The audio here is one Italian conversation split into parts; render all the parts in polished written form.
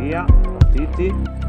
Via, partiti.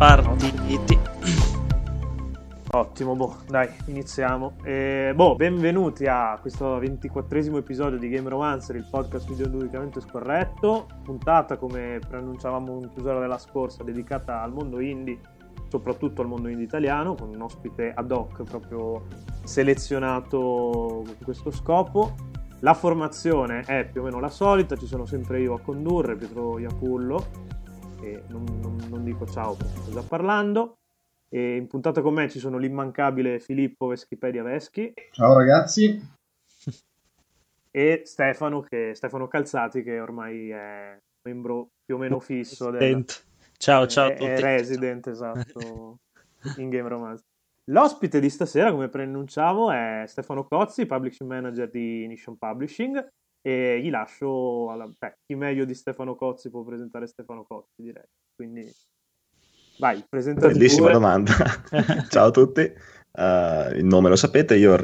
Ottimo, dai, iniziamo. Benvenuti a questo 24esimo episodio di Game Romancer, il podcast videoludicamente scorretto. Puntata, come preannunciavamo in chiusura della scorsa, dedicata al mondo indie, soprattutto al mondo indie italiano, con un ospite ad hoc proprio selezionato con questo scopo. La formazione è più o meno la solita, ci sono sempre io a condurre, Pietro Iapullo, e non dico ciao perché sto già parlando. E in puntata con me ci sono l'immancabile Filippo Veschipedia Veschi. Ciao ragazzi. E Stefano Calzati, che ormai è membro più o meno fisso ciao a tutti. È resident, esatto, in Game Romance. L'ospite di stasera, come preannunciavo, è Stefano Cozzi, publishing manager di Ignition Publishing, e gli lascio chi meglio di Stefano Cozzi può presentare Stefano Cozzi, direi. Quindi vai, presentati. Bellissima pure. Domanda. Ciao a tutti, il nome lo sapete, io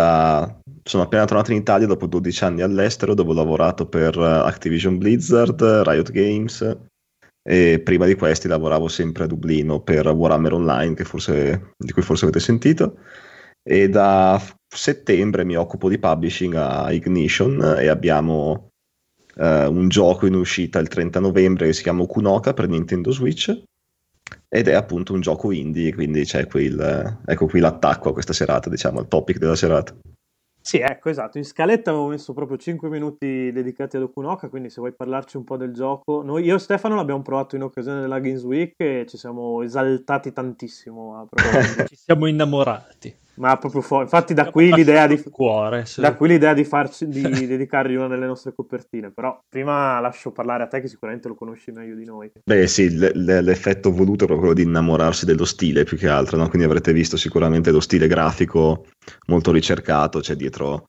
sono appena tornato in Italia dopo 12 anni all'estero, dove ho lavorato per Activision Blizzard, Riot Games, e prima di questi lavoravo sempre a Dublino per Warhammer Online, di cui forse avete sentito, e da settembre mi occupo di publishing a Ignition e abbiamo un gioco in uscita il 30 novembre che si chiama Okunoka per Nintendo Switch, ed è appunto un gioco indie, quindi c'è ecco qui l'attacco a questa serata, diciamo, al topic della serata. Sì, ecco, esatto. In scaletta avevo messo proprio 5 minuti dedicati ad Okunoka, quindi se vuoi parlarci un po' del gioco. Io e Stefano l'abbiamo provato in occasione della Games Week e ci siamo esaltati tantissimo a provarlo. Ci siamo innamorati. Ma proprio infatti da qui l'idea di cuore, sì. Da qui l'idea di dedicargli una delle nostre copertine. Però prima lascio parlare a te, che sicuramente lo conosci meglio di noi. Beh sì, l'effetto voluto è proprio quello di innamorarsi dello stile più che altro, no? Quindi avrete visto sicuramente lo stile grafico molto ricercato, c'è dietro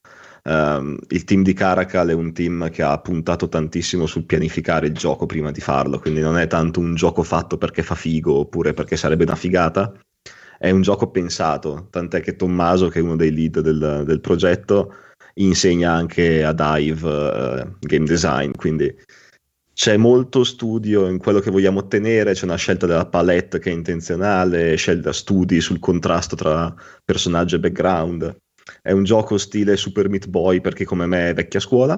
il team di Caracal è un team che ha puntato tantissimo sul pianificare il gioco prima di farlo, quindi non è tanto un gioco fatto perché fa figo oppure perché sarebbe una figata. È un gioco pensato, tant'è che Tommaso, che è uno dei lead del progetto, insegna anche a Dive game design, quindi c'è molto studio in quello che vogliamo ottenere, c'è una scelta della palette che è intenzionale, studi sul contrasto tra personaggio e background. È un gioco stile Super Meat Boy, perché come me è vecchia scuola,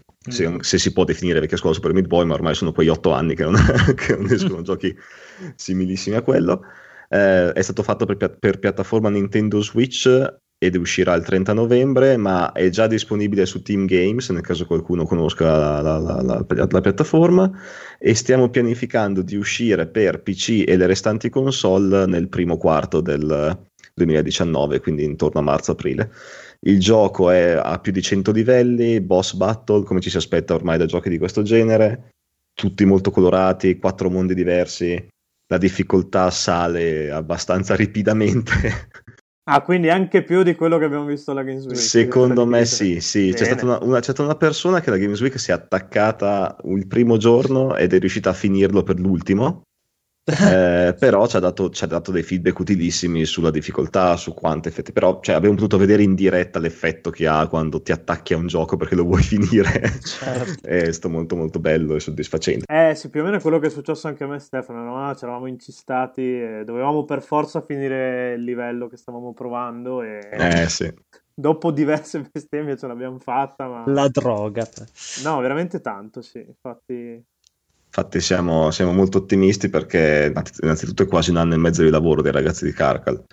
se si può definire vecchia scuola Super Meat Boy, ma ormai sono quei 8 anni che non escono giochi similissimi a quello. È stato fatto per piattaforma Nintendo Switch ed uscirà il 30 novembre, ma è già disponibile su Team Games nel caso qualcuno conosca la piattaforma, e stiamo pianificando di uscire per PC e le restanti console nel primo quarto del 2019, quindi intorno a marzo-aprile. Il gioco ha più di 100 livelli, boss battle come ci si aspetta ormai da giochi di questo genere, tutti molto colorati, 4 mondi diversi. La difficoltà sale abbastanza ripidamente. Quindi anche più di quello che abbiamo visto alla Games Week. Secondo me sì. C'è stata una persona che alla Games Week si è attaccata il primo giorno ed è riuscita a finirlo per l'ultimo. Però ci ha dato dei feedback utilissimi sulla difficoltà, su quante effetti, però abbiamo potuto vedere in diretta l'effetto che ha quando ti attacchi a un gioco perché lo vuoi finire. Certo. È stato molto molto bello e soddisfacente. Sì, più o meno è quello che è successo anche a me e Stefano, no? Ci eravamo incistati e dovevamo per forza finire il livello che stavamo provando e sì. Dopo diverse bestemmie ce l'abbiamo fatta, ma la droga. No, veramente tanto, sì, Infatti siamo molto ottimisti, perché innanzitutto è quasi un anno e mezzo di lavoro dei ragazzi di Caracal,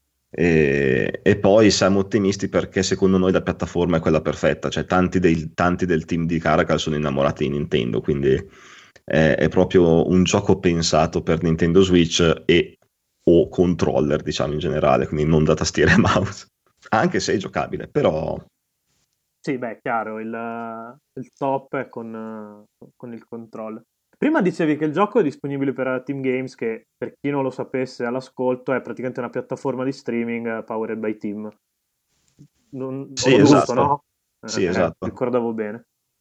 e poi siamo ottimisti perché secondo noi la piattaforma è quella perfetta, cioè tanti del team di Caracal sono innamorati di Nintendo, quindi è proprio un gioco pensato per Nintendo Switch o controller, diciamo, in generale, quindi non da tastiera e mouse, anche se è giocabile, però... Sì, beh, chiaro, il top è con il controller. Prima dicevi che il gioco è disponibile per Team Games, che per chi non lo sapesse all'ascolto è praticamente una piattaforma di streaming powered by Team. Sì, esatto. No? Sì, esatto. Ricordavo bene.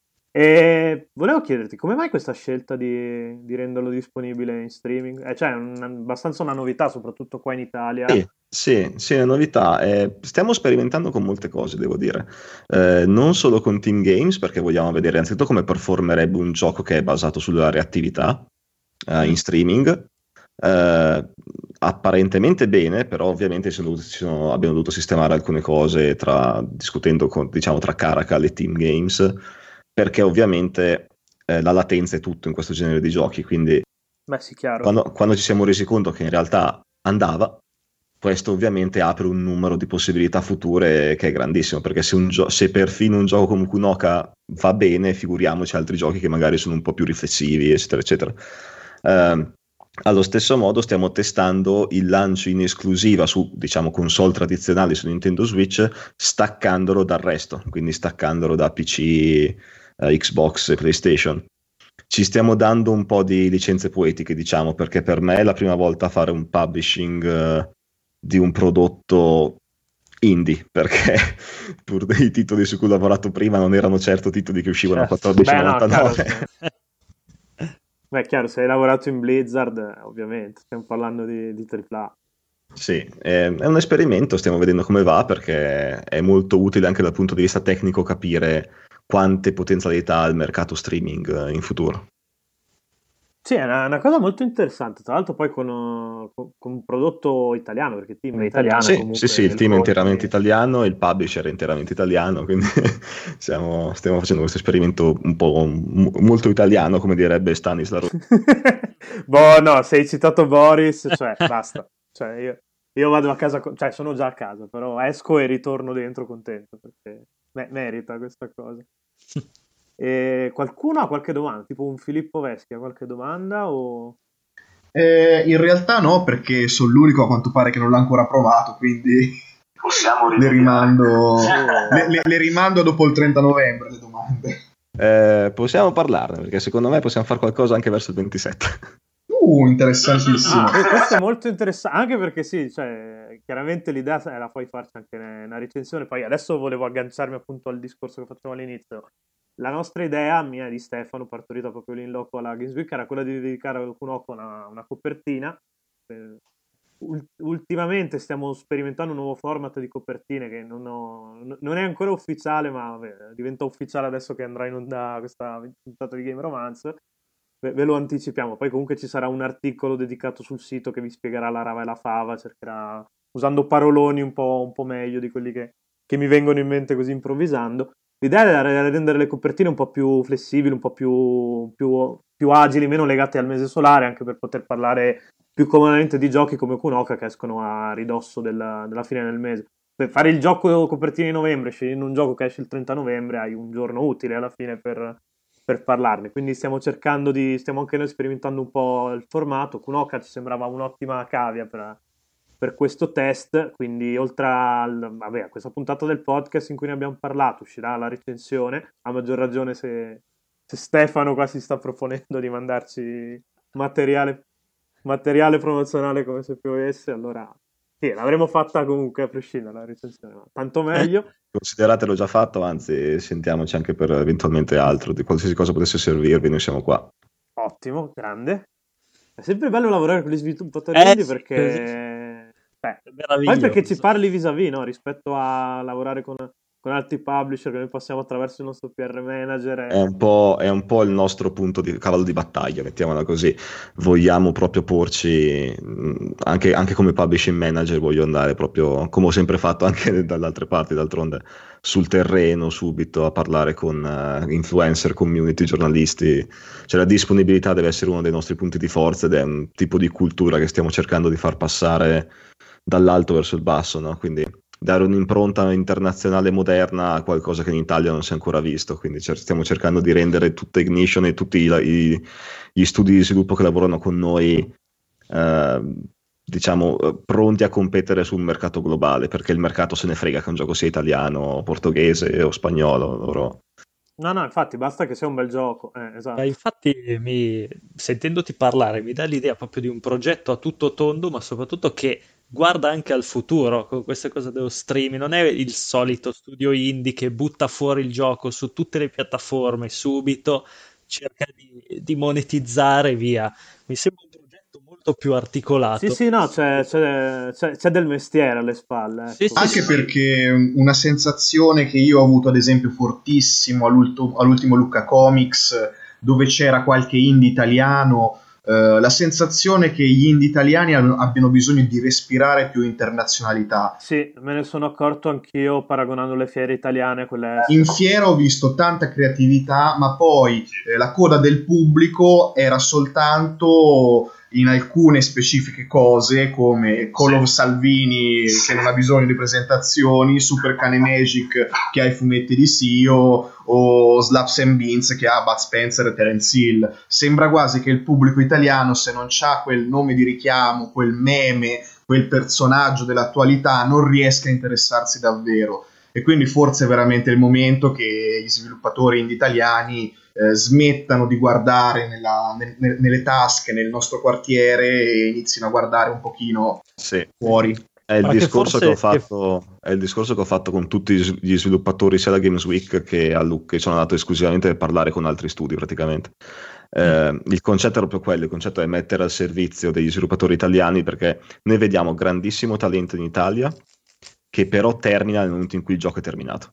E volevo chiederti, come mai questa scelta di renderlo disponibile in streaming? Cioè, è abbastanza una novità, soprattutto qua in Italia. Sì, è una novità. Stiamo sperimentando con molte cose, devo dire. Non solo con Team Games, perché vogliamo vedere innanzitutto come performerebbe un gioco che è basato sulla reattività. in streaming. Apparentemente bene, però ovviamente abbiamo dovuto sistemare alcune cose discutendo tra Caracal e Team Games, perché ovviamente la latenza è tutto in questo genere di giochi, quindi beh, sì, chiaro. Quando ci siamo resi conto che in realtà andava, questo ovviamente apre un numero di possibilità future che è grandissimo, perché se perfino un gioco come Kunoka va bene, figuriamoci altri giochi che magari sono un po' più riflessivi, eccetera, eccetera. Allo stesso modo stiamo testando il lancio in esclusiva su, diciamo, console tradizionali su Nintendo Switch, staccandolo dal resto, quindi staccandolo da PC, Xbox e PlayStation. Ci stiamo dando un po' di licenze poetiche, diciamo, perché per me è la prima volta a fare un publishing di un prodotto indie, perché pur dei titoli su cui ho lavorato prima non erano certo titoli che uscivano a 14,99. Beh, chiaro, se hai lavorato in Blizzard, ovviamente, stiamo parlando di AAA. Sì, è un esperimento, stiamo vedendo come va, perché è molto utile anche dal punto di vista tecnico capire quante potenzialità ha il mercato streaming in futuro. Sì, è una cosa molto interessante, tra l'altro poi con un prodotto italiano, perché il team è italiano. Sì, il team è interamente italiano e il publisher è interamente italiano, quindi stiamo facendo questo esperimento un po' molto italiano, come direbbe Stanislas. Boh, no, se hai citato Boris, cioè, basta. Cioè, io vado a casa, cioè sono già a casa, però esco e ritorno dentro contento, perché merita questa cosa. E qualcuno ha qualche domanda? Tipo un Filippo Veschi ha qualche domanda? O... in realtà no, perché sono l'unico a quanto pare che non l'ha ancora provato, quindi le rimando dopo il 30 novembre le domande. Possiamo parlarne, perché secondo me possiamo fare qualcosa anche verso il 27. Interessantissimo. Questo è molto interessante, anche perché sì, cioè, chiaramente l'idea era poi farci anche una recensione. Poi adesso volevo agganciarmi appunto al discorso che facevamo all'inizio. La nostra idea, mia e di Stefano, partorita proprio lì in loco alla Games Week, era quella di dedicare a Kunoka una copertina. Ultimamente stiamo sperimentando un nuovo format di copertine che non è ancora ufficiale, ma diventa ufficiale adesso che andrà in onda questa puntata di Game Romance. Ve lo anticipiamo. Poi comunque ci sarà un articolo dedicato sul sito che vi spiegherà la rava e la fava, cercherà, usando paroloni un po' meglio di quelli che mi vengono in mente così improvvisando. L'idea era rendere le copertine un po' più flessibili, un po' più agili, meno legate al mese solare, anche per poter parlare più comodamente di giochi come Kunoka che escono a ridosso della fine del mese. Per fare il gioco copertine di novembre, scegliendo un gioco che esce il 30 novembre, hai un giorno utile alla fine per parlarne. Quindi stiamo anche noi sperimentando un po' il formato. Kunoka ci sembrava un'ottima cavia per questo test, quindi oltre a questa puntata del podcast in cui ne abbiamo parlato, uscirà la recensione, a maggior ragione se Stefano qua si sta proponendo di mandarci materiale promozionale come se piovesse, allora sì, l'avremo fatta comunque a prescindere dalla recensione, ma tanto meglio. Consideratelo già fatto, anzi sentiamoci anche per eventualmente altro, di qualsiasi cosa potesse servirvi, noi siamo qua. Ottimo, grande. È sempre bello lavorare con gli sviluppatori indie perché poi perché ci parli vis-à-vis, no? Rispetto a lavorare con altri publisher che noi passiamo attraverso il nostro PR manager. È un po' il nostro punto di cavallo di battaglia, mettiamola così. Vogliamo proprio porci, anche come publishing manager, voglio andare proprio, come ho sempre fatto anche dalle altre parti, d'altronde, sul terreno subito a parlare con influencer, community, giornalisti. Cioè la disponibilità deve essere uno dei nostri punti di forza ed è un tipo di cultura che stiamo cercando di far passare dall'alto verso il basso, no? Quindi dare un'impronta internazionale moderna a qualcosa che in Italia non si è ancora visto, quindi stiamo cercando di rendere tutta Ignition e tutti gli studi di sviluppo che lavorano con noi pronti a competere sul mercato globale, perché il mercato se ne frega che un gioco sia italiano, portoghese o spagnolo. Loro... No, infatti basta che sia un bel gioco. Esatto. Infatti sentendoti parlare mi dà l'idea proprio di un progetto a tutto tondo, ma soprattutto che guarda anche al futuro con queste cose dello streaming. Non è il solito studio indie che butta fuori il gioco su tutte le piattaforme subito, cerca di monetizzare via. Mi sembra un progetto molto più articolato. Sì, no, c'è del mestiere alle spalle. Sì, anche perché una sensazione che io ho avuto ad esempio fortissimo all'ultimo Lucca Comics, dove c'era qualche indie italiano la sensazione che gli indie italiani abbiano bisogno di respirare più internazionalità. Sì, me ne sono accorto anch'io paragonando le fiere italiane a quelle estere. In fiera ho visto tanta creatività, ma poi la coda del pubblico era soltanto in alcune specifiche cose, come Call of Salvini che non ha bisogno di presentazioni, Super Cane Magic che ha i fumetti di Sio, o Slaps and Beans che ha Bud Spencer e Terence Hill. Sembra quasi che il pubblico italiano, se non c'ha quel nome di richiamo, quel meme, quel personaggio dell'attualità, non riesca a interessarsi davvero. E quindi forse è veramente il momento che gli sviluppatori indie italiani smettano di guardare nelle tasche, nel nostro quartiere, e inizino a guardare un pochino fuori. È il discorso che ho fatto con tutti gli sviluppatori sia da Games Week che a Look, che sono andato esclusivamente per parlare con altri studi praticamente. Il concetto è proprio quello, il concetto è mettere al servizio degli sviluppatori italiani, perché noi vediamo grandissimo talento in Italia che però termina nel momento in cui il gioco è terminato.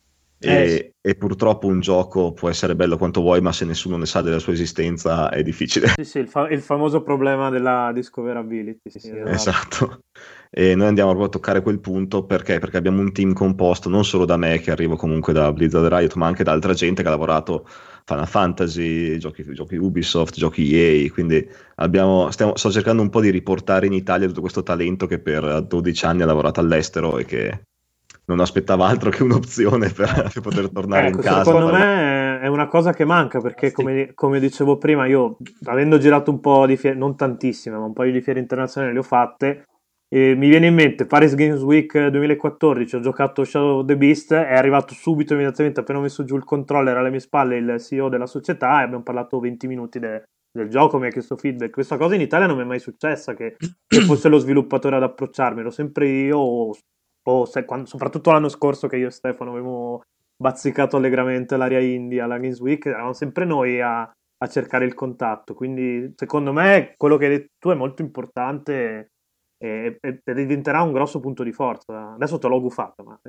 E purtroppo un gioco può essere bello quanto vuoi, ma se nessuno ne sa della sua esistenza è difficile. Sì, il famoso problema della discoverability. Sì, esatto. E noi andiamo proprio a toccare quel punto perché abbiamo un team composto non solo da me, che arrivo comunque da Blizzard Riot, ma anche da altra gente che ha lavorato Final Fantasy, giochi Ubisoft, giochi EA, quindi sto cercando un po' di riportare in Italia tutto questo talento che per 12 anni ha lavorato all'estero e che non aspettava altro che un'opzione per poter tornare in casa. Secondo me è una cosa che manca, perché come dicevo prima, io avendo girato un po' di fiere, non tantissime, ma un paio di fiere internazionali le ho fatte, e mi viene in mente Paris Games Week 2014, ho giocato Shadow of the Beast, è arrivato subito immediatamente, appena ho messo giù il controller alle mie spalle il CEO della società e abbiamo parlato 20 minuti del gioco, mi ha chiesto feedback. Questa cosa in Italia non mi è mai successa, che fosse lo sviluppatore ad approcciarmi, ero sempre io, soprattutto l'anno scorso che io e Stefano avevamo bazzicato allegramente l'area indie alla Games Week, eravamo sempre noi a cercare il contatto, quindi secondo me quello che hai detto tu è molto importante e diventerà un grosso punto di forza. Adesso te l'ho guffata, ma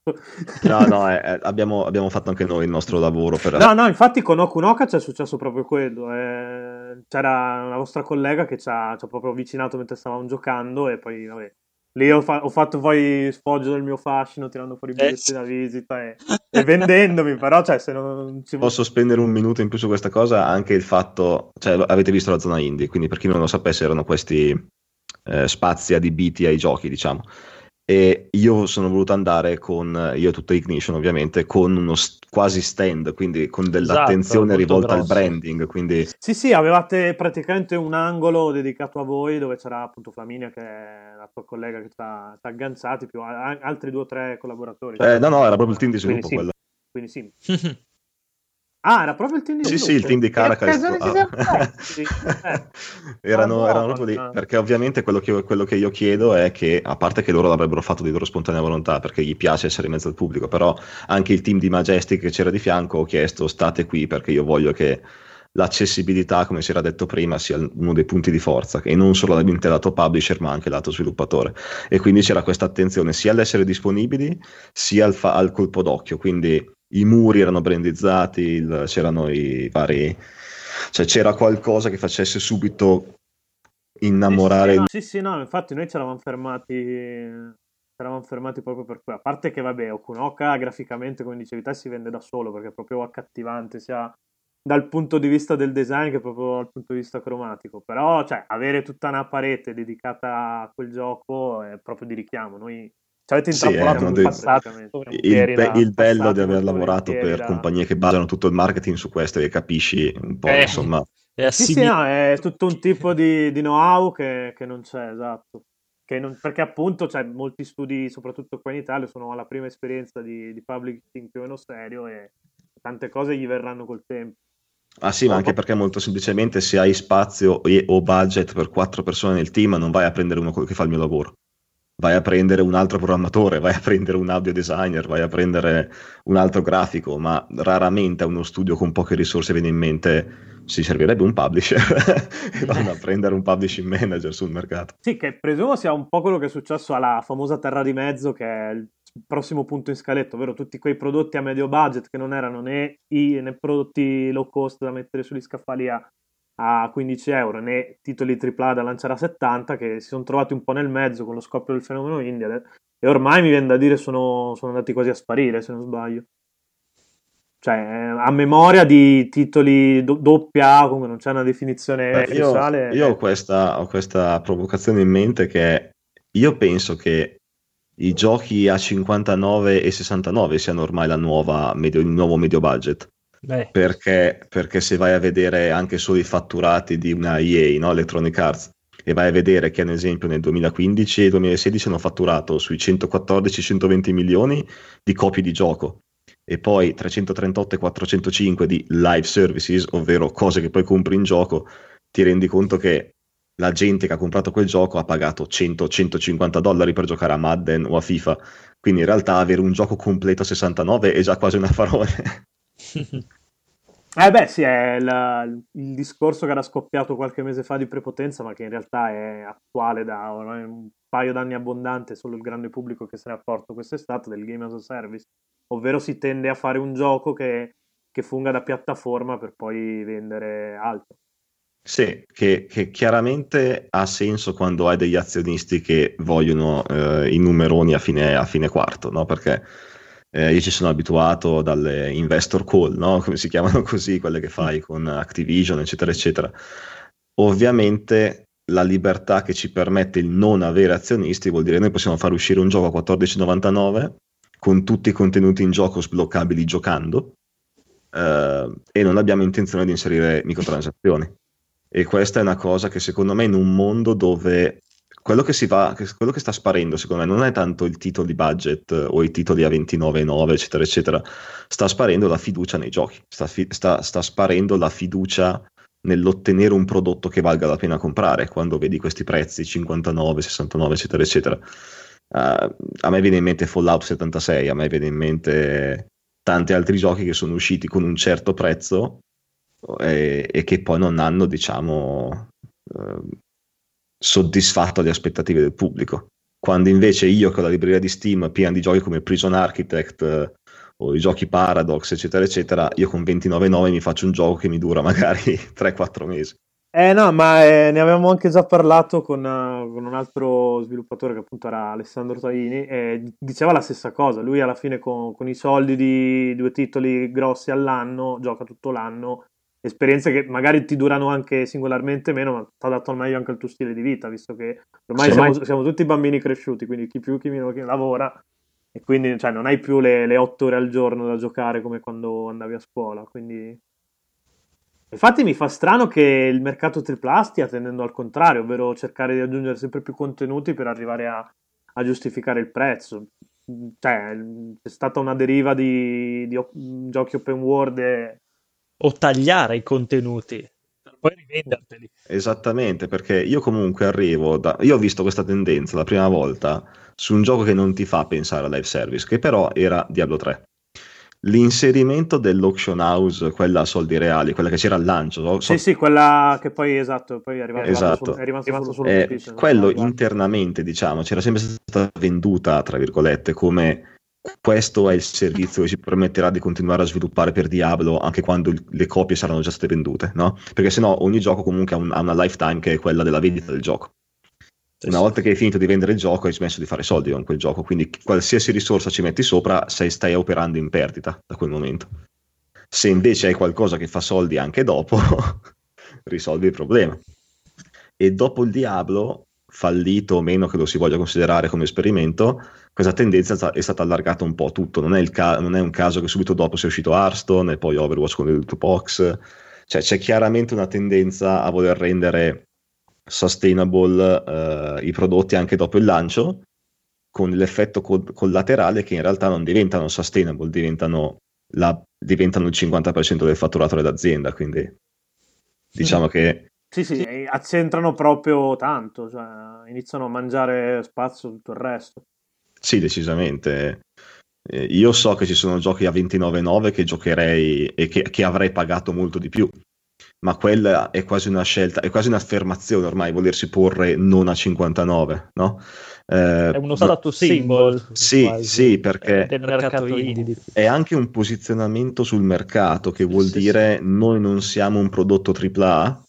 abbiamo fatto anche noi il nostro lavoro no, infatti con Okunoka c'è successo proprio quello, c'era una vostra collega che ci ha proprio avvicinato mentre stavamo giocando, e poi vabbè, lì ho fatto poi sfoggio del mio fascino tirando fuori i biglietti da visita e vendendomi, però cioè se non ci... Posso spendere un minuto in più su questa cosa? Anche il fatto, cioè avete visto la zona indie, quindi per chi non lo sapesse erano questi spazi adibiti ai giochi, diciamo, e io sono voluto andare io e tutta Ignition ovviamente con uno quasi stand, quindi con dell'attenzione rivolta al branding, quindi sì, avevate praticamente un angolo dedicato a voi dove c'era appunto Flaminia, che è la tua collega, che sta agganciati, più altri 2 o 3 collaboratori. No, era proprio il team di sviluppo quello. Quindi sì. Era proprio il team di sviluppo. Sì, il team di Caracal. Erano proprio lì, perché ovviamente quello che io chiedo è che, a parte che loro l'avrebbero fatto di loro spontanea volontà, perché gli piace essere in mezzo al pubblico, però anche il team di Majestic che c'era di fianco, ho chiesto: state qui perché io voglio che l'accessibilità, come si era detto prima, sia uno dei punti di forza, e non solamente lato publisher ma anche lato sviluppatore, e quindi c'era questa attenzione sia all'essere disponibili sia al colpo d'occhio, quindi i muri erano brandizzati, c'erano i vari, cioè c'era qualcosa che facesse subito innamorare. Sì, no, infatti noi ci eravamo fermati proprio per quello. A parte che vabbè, Okunoka graficamente, come dicevi te, si vende da solo, perché è proprio accattivante sia dal punto di vista del design che proprio dal punto di vista cromatico. Però cioè avere tutta una parete dedicata a quel gioco è proprio di richiamo. Noi ci avete intrappolato in passato. Il bello di aver lavorato per compagnie che basano tutto il marketing su questo, e capisci un po', insomma. È tutto un tipo di know-how che non c'è, esatto. Perché appunto molti studi, soprattutto qua in Italia, sono alla prima esperienza di publishing più o meno serio, e tante cose gli verranno col tempo. Sì, ma anche perché molto semplicemente, se hai spazio o budget per 4 persone nel team, non vai a prendere uno che fa il mio lavoro, vai a prendere un altro programmatore, vai a prendere un audio designer, vai a prendere un altro grafico, ma raramente a uno studio con poche risorse viene in mente: si servirebbe un publisher. E vanno a prendere un publishing manager sul mercato. Sì, che presumo sia un po' quello che è successo alla famosa Terra di Mezzo, che è il prossimo punto in scaletta, ovvero tutti quei prodotti a medio budget che non erano né prodotti low cost da mettere sugli scaffali a a 15 euro né titoli AAA da lanciare a 70, che si sono trovati un po' nel mezzo con lo scoppio del fenomeno indie, e ormai mi viene da dire sono andati quasi a sparire, se non sbaglio. Cioè, a memoria di titoli doppia A, comunque non c'è una definizione ufficiale. Io ho questa provocazione in mente, che io penso che i giochi a 59 e 69 siano ormai il nuovo medio budget. Perché se vai a vedere anche solo i fatturati di una EA, no? Electronic Arts, e vai a vedere che ad esempio nel 2015 e 2016 hanno fatturato sui 114-120 milioni di copie di gioco, e poi 338 e 405 di live services, ovvero cose che poi compri in gioco, ti rendi conto che la gente che ha comprato quel gioco ha pagato $100-150 per giocare a Madden o a FIFA, quindi in realtà avere un gioco completo a 69 è già quasi un affarone. Beh sì, è il discorso che era scoppiato qualche mese fa di prepotenza, ma che in realtà è attuale da ormai un paio d'anni abbondante. Solo il grande pubblico che se ne è accorto quest'estate del game as a service, ovvero si tende a fare un gioco che funga da piattaforma per poi vendere altro. Sì, che chiaramente ha senso quando hai degli azionisti che vogliono i numeroni a fine quarto, no? Perché io ci sono abituato dalle investor call, no? Come si chiamano così, quelle che fai con Activision, eccetera, eccetera. Ovviamente la libertà che ci permette il non avere azionisti vuol dire che noi possiamo far uscire un gioco a $14,99 con tutti i contenuti in gioco sbloccabili giocando, e non abbiamo intenzione di inserire microtransazioni. E questa è una cosa che secondo me, in un mondo dove quello che sta sparendo, secondo me, non è tanto il titolo di budget o i titoli a 29,9 eccetera eccetera, sta sparendo la fiducia nei giochi, sta sparendo la fiducia nell'ottenere un prodotto che valga la pena comprare. Quando vedi questi prezzi 59, 69 eccetera eccetera, a me viene in mente Fallout 76, a me viene in mente tanti altri giochi che sono usciti con un certo prezzo e che poi non hanno, diciamo, soddisfatto le aspettative del pubblico, quando invece io, con la libreria di Steam piena di giochi come Prison Architect o i giochi Paradox eccetera eccetera, io con 29,9 mi faccio un gioco che mi dura magari 3-4 mesi. No, ma ne avevamo anche già parlato con un altro sviluppatore che appunto era Alessandro Taini, e diceva la stessa cosa. Lui alla fine con i soldi di 2 titoli grossi all'anno gioca tutto l'anno, esperienze che magari ti durano anche singolarmente meno, ma ti adatto al meglio anche al tuo stile di vita, visto che ormai siamo tutti bambini cresciuti, quindi chi più chi meno che lavora, e quindi cioè, non hai più le 8 ore al giorno da giocare come quando andavi a scuola. Quindi infatti mi fa strano che il mercato AAA stia tendendo al contrario, ovvero cercare di aggiungere sempre più contenuti per arrivare a giustificare il prezzo. Cioè, c'è stata una deriva di giochi open world o tagliare i contenuti per poi rivenderteli. Esattamente, perché io comunque io ho visto questa tendenza la prima volta su un gioco che non ti fa pensare a live service, che però era Diablo 3. L'inserimento dell'auction house, quella a soldi reali, quella che c'era al lancio. Sì, quella che poi, esatto, poi è rimasto solo quello internamente, diciamo, c'era sempre stata venduta, tra virgolette, come questo è il servizio che ci permetterà di continuare a sviluppare per Diablo anche quando le copie saranno già state vendute, no? Perché sennò ogni gioco comunque ha una lifetime che è quella della vendita del gioco. Una volta che hai finito di vendere il gioco hai smesso di fare soldi con quel gioco, quindi qualsiasi risorsa ci metti sopra stai operando in perdita da quel momento. Se invece hai qualcosa che fa soldi anche dopo, risolvi il problema. E dopo il Diablo, fallito o meno che lo si voglia considerare come esperimento, questa tendenza è stata allargata un po' a tutto. Non è un caso che subito dopo sia uscito Hearthstone e poi Overwatch con le loot box. Cioè c'è chiaramente una tendenza a voler rendere sustainable i prodotti anche dopo il lancio, con l'effetto collaterale che in realtà non diventano sustainable, diventano il 50% del fatturato dell'azienda. Quindi diciamo che sì, accentrano proprio tanto, cioè iniziano a mangiare spazio tutto il resto. Sì, decisamente. Io so che ci sono giochi a 29,9 che giocherei e che avrei pagato molto di più, ma quella è quasi una scelta, è quasi un'affermazione ormai volersi porre non a 59, no? È uno status symbol. Sì, perché del mercato indie. È anche un posizionamento sul mercato, che vuol dire noi non siamo un prodotto AAA,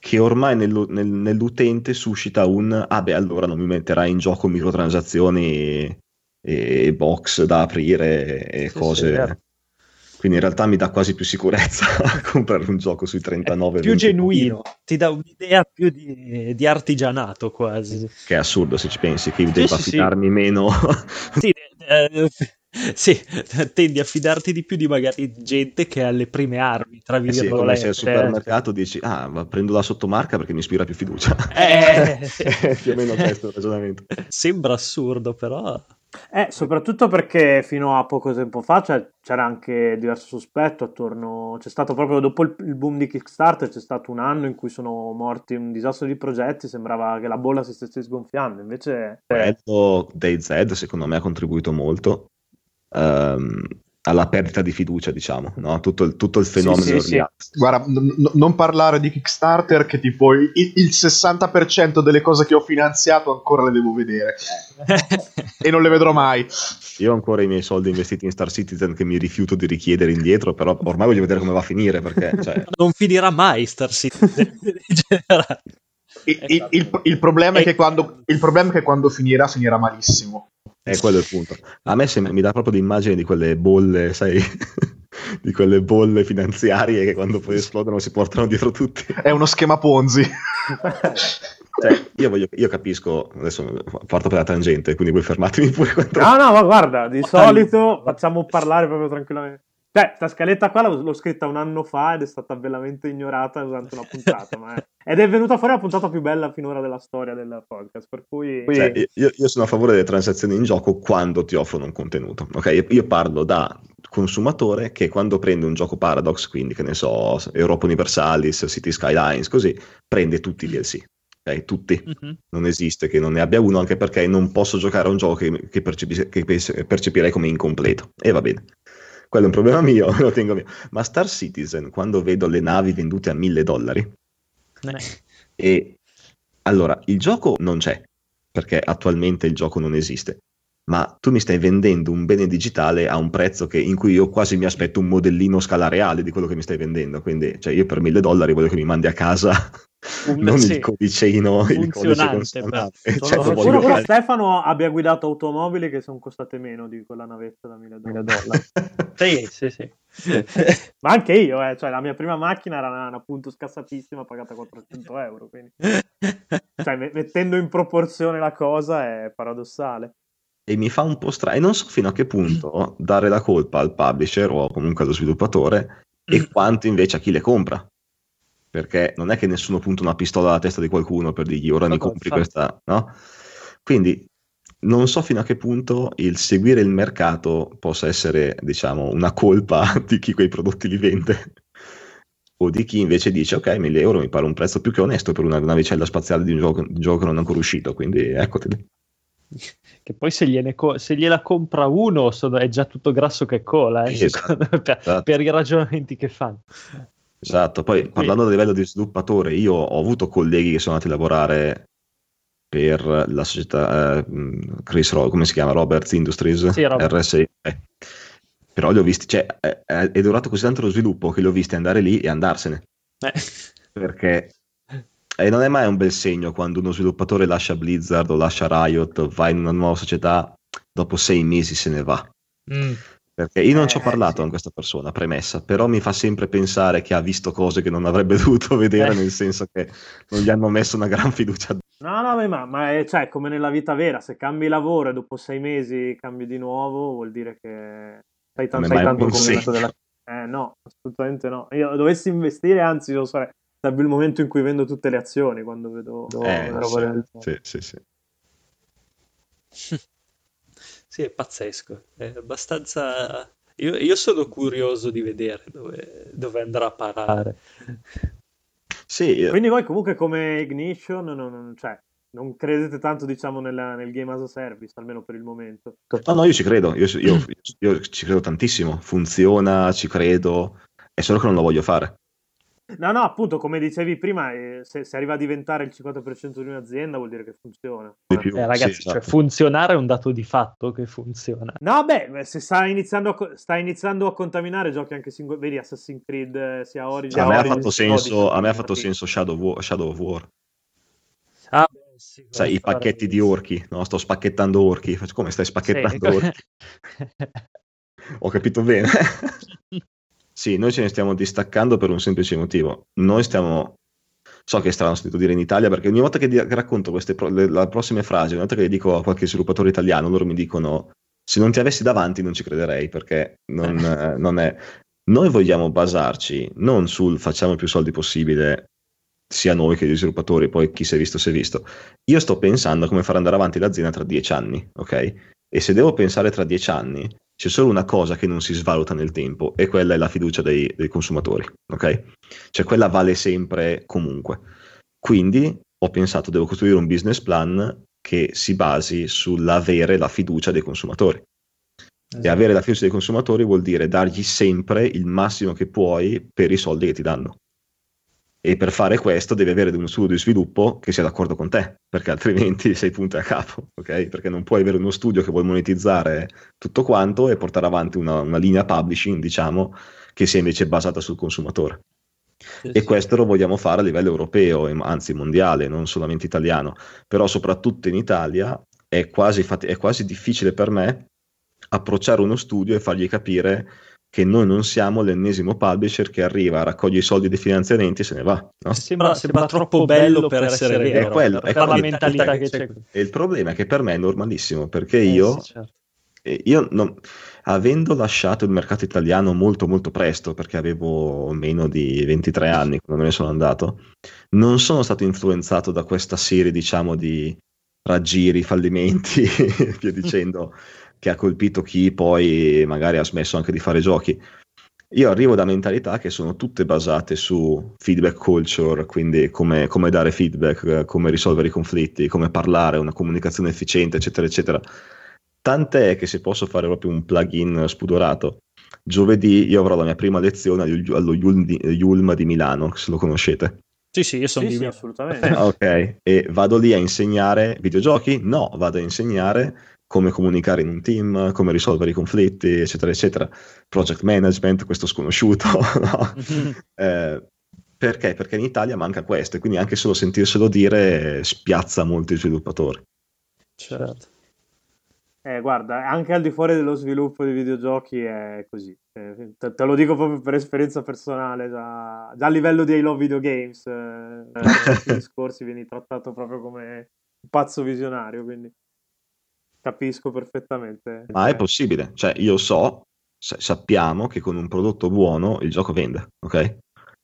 che ormai nell'utente suscita un allora non mi metterai in gioco microtransazioni e box da aprire e Sì, cose. sì, vero. Quindi in realtà mi dà quasi più sicurezza comprare un gioco sui 39 È più 20. genuino, ti dà un'idea più di artigianato quasi. Che è assurdo se ci pensi, che io Sì, debba sì, sì. fidarmi meno. Sì, sì, tendi a fidarti di più di magari gente che ha le prime armi, tra Sì, è come se al virgolette. supermercato dici, ma prendo la sottomarca perché mi ispira più fiducia. Più o meno questo è il ragionamento. Sembra assurdo, però... Soprattutto perché fino a poco tempo fa c'era anche diverso sospetto attorno. C'è stato proprio dopo il boom di Kickstarter, c'è stato un anno in cui sono morti un disastro di progetti, sembrava che la bolla si stesse sgonfiando, invece Quello DayZ secondo me ha contribuito molto alla perdita di fiducia, diciamo, no? Tutto il fenomeno Sì. early access. Guarda, non parlare di Kickstarter, che tipo il 60% delle cose che ho finanziato ancora le devo vedere e non le vedrò mai. Io ho ancora i miei soldi investiti in Star Citizen che mi rifiuto di richiedere indietro, però ormai voglio vedere come va a finire, perché non finirà mai Star Citizen in generale. Il problema è che quando finirà malissimo. è quello il punto. A me mi dà proprio l'immagine di quelle bolle, sai, di quelle bolle finanziarie che quando poi esplodono si portano dietro tutti. È uno schema Ponzi. Cioè, io capisco, adesso parto per la tangente, quindi voi fermatemi pure quando... No, ma guarda, di solito facciamo parlare proprio tranquillamente. Sta scaletta qua l'ho scritta un anno fa ed è stata bellamente ignorata durante una puntata, ed è venuta fuori la puntata più bella finora della storia del podcast, per cui... Cioè, io sono a favore delle transazioni in gioco quando ti offrono un contenuto, ok? Io parlo da consumatore che quando prende un gioco Paradox, quindi che ne so, Europa Universalis, City Skylines, così, prende tutti i DLC. Okay, tutti, non esiste che non ne abbia uno, anche perché non posso giocare a un gioco che percepirei come incompleto, e va bene, quello è un problema mio, lo tengo mio. Ma Star Citizen, quando vedo le navi vendute a $1.000 e allora il gioco non c'è, perché attualmente il gioco non esiste, ma tu mi stai vendendo un bene digitale a un prezzo in cui io quasi mi aspetto un modellino a scala reale di quello che mi stai vendendo, quindi cioè, io per $1.000 voglio che mi mandi a casa non il codicino, il codice consonante. Sono sicuro che Stefano abbia guidato automobili che sono costate meno di quella navetta da $1.000. Sì. Ma anche io, cioè la mia prima macchina era una punto scassatissima pagata €400, quindi cioè, mettendo in proporzione la cosa è paradossale. E mi fa un po' strano, e non so fino a che punto dare la colpa al publisher o comunque allo sviluppatore e quanto invece a chi le compra, perché non è che nessuno punta una pistola alla testa di qualcuno per dirgli ora mi compri questa, no? Quindi non so fino a che punto il seguire il mercato possa essere, diciamo, una colpa di chi quei prodotti li vende o di chi invece dice ok, €1.000 mi pare un prezzo più che onesto per una navicella spaziale di un gioco che non è ancora uscito, quindi eccoteli. Che poi se gliela compra uno è già tutto grasso che cola, esatto. per i ragionamenti che fanno. Esatto, poi parlando a livello di sviluppatore, io ho avuto colleghi che sono andati a lavorare per la società come si chiama? Roberts Industries, sì, RSI. Però li ho visti, cioè è durato così tanto lo sviluppo che li ho visti andare lì e andarsene. Perché non è mai un bel segno quando uno sviluppatore lascia Blizzard o lascia Riot, va in una nuova società, dopo 6 mesi se ne va. Perché io non ci ho parlato con questa persona, premessa, però mi fa sempre pensare che ha visto cose che non avrebbe dovuto vedere, nel senso che non gli hanno messo una gran fiducia. No, ma è cioè, come nella vita vera, se cambi lavoro e dopo 6 mesi cambi di nuovo, vuol dire che sei tanto convinto della... No, assolutamente no. Io dovessi investire, anzi, lo so, sarebbe il momento in cui vendo tutte le azioni, quando vedo Sì. Sì, è pazzesco, è abbastanza... Io sono curioso di vedere dove andrà a parare. Sì. Quindi voi comunque come Ignition non credete tanto, diciamo, nel game as a service, almeno per il momento? No, io ci credo, io ci credo tantissimo, funziona, ci credo, è solo che non lo voglio fare. No, appunto, come dicevi prima, se arriva a diventare il 50% di un'azienda vuol dire che funziona. Di più, ragazzi, sì, cioè, esatto. funzionare è un dato di fatto che funziona. No, beh, se sta iniziando a contaminare giochi anche singoli, vedi Assassin's Creed, sia Origin, A me ha sia fatto Odyssey, senso, a me ha fatto sì. senso Shadow of War. Ah, beh, sì, Sai, i pacchetti di orchi, no? Sto spacchettando orchi. Faccio, come stai spacchettando orchi? Ho capito bene. Sì, noi ce ne stiamo distaccando per un semplice motivo. Noi stiamo... So che è strano sentito dire in Italia, perché ogni volta che racconto la prossima frase, ogni volta che le dico a qualche sviluppatore italiano, loro mi dicono: se non ti avessi davanti non ci crederei, perché non è... Noi vogliamo basarci non sul facciamo il più soldi possibile, sia noi che gli sviluppatori, poi chi si è visto si è visto. Io sto pensando a come far andare avanti l'azienda tra 10 anni, ok? E se devo pensare tra 10 anni, c'è solo una cosa che non si svaluta nel tempo, e quella è la fiducia dei consumatori, ok? Cioè quella vale sempre comunque. Quindi ho pensato, devo costruire un business plan che si basi sull'avere la fiducia dei consumatori. E avere la fiducia dei consumatori vuol dire dargli sempre il massimo che puoi per i soldi che ti danno. E per fare questo devi avere uno studio di sviluppo che sia d'accordo con te, perché altrimenti sei punto a capo, ok? Perché non puoi avere uno studio che vuole monetizzare tutto quanto e portare avanti una linea publishing, diciamo, che sia invece basata sul consumatore. E questo lo vogliamo fare a livello europeo, anzi mondiale, non solamente italiano. Però soprattutto in Italia è quasi difficile per me approcciare uno studio e fargli capire che noi non siamo l'ennesimo publisher che arriva, raccoglie i soldi dei finanziamenti e se ne va. No? Sembra troppo bello per essere vero. È quello, per la mentalità che c'è. E il problema è che per me è normalissimo, perché avendo lasciato il mercato italiano molto molto presto, perché avevo meno di 23 anni quando me ne sono andato, non sono stato influenzato da questa serie, diciamo, di raggiri, fallimenti e via dicendo, che ha colpito chi poi magari ha smesso anche di fare giochi. Io arrivo da mentalità che sono tutte basate su feedback culture, quindi come dare feedback, come risolvere i conflitti, come parlare, una comunicazione efficiente, eccetera, eccetera. Tant'è che se posso fare proprio un plugin spudorato, giovedì io avrò la mia prima lezione allo Yulm di Milano, se lo conoscete. Sì, io sono sì, assolutamente. Ok, e vado lì a insegnare videogiochi? No, vado a insegnare come comunicare in un team, come risolvere i conflitti, eccetera, eccetera. Project management, questo sconosciuto, no? Perché? Perché in Italia manca questo, e quindi anche solo sentirselo dire spiazza molti sviluppatori. Certo. Guarda, anche al di fuori dello sviluppo di videogiochi è così. Te lo dico proprio per esperienza personale, già a livello di I Love Video Games, nei discorsi vieni trattato proprio come un pazzo visionario, quindi capisco perfettamente. Ma è possibile, cioè io sappiamo che con un prodotto buono il gioco vende, ok?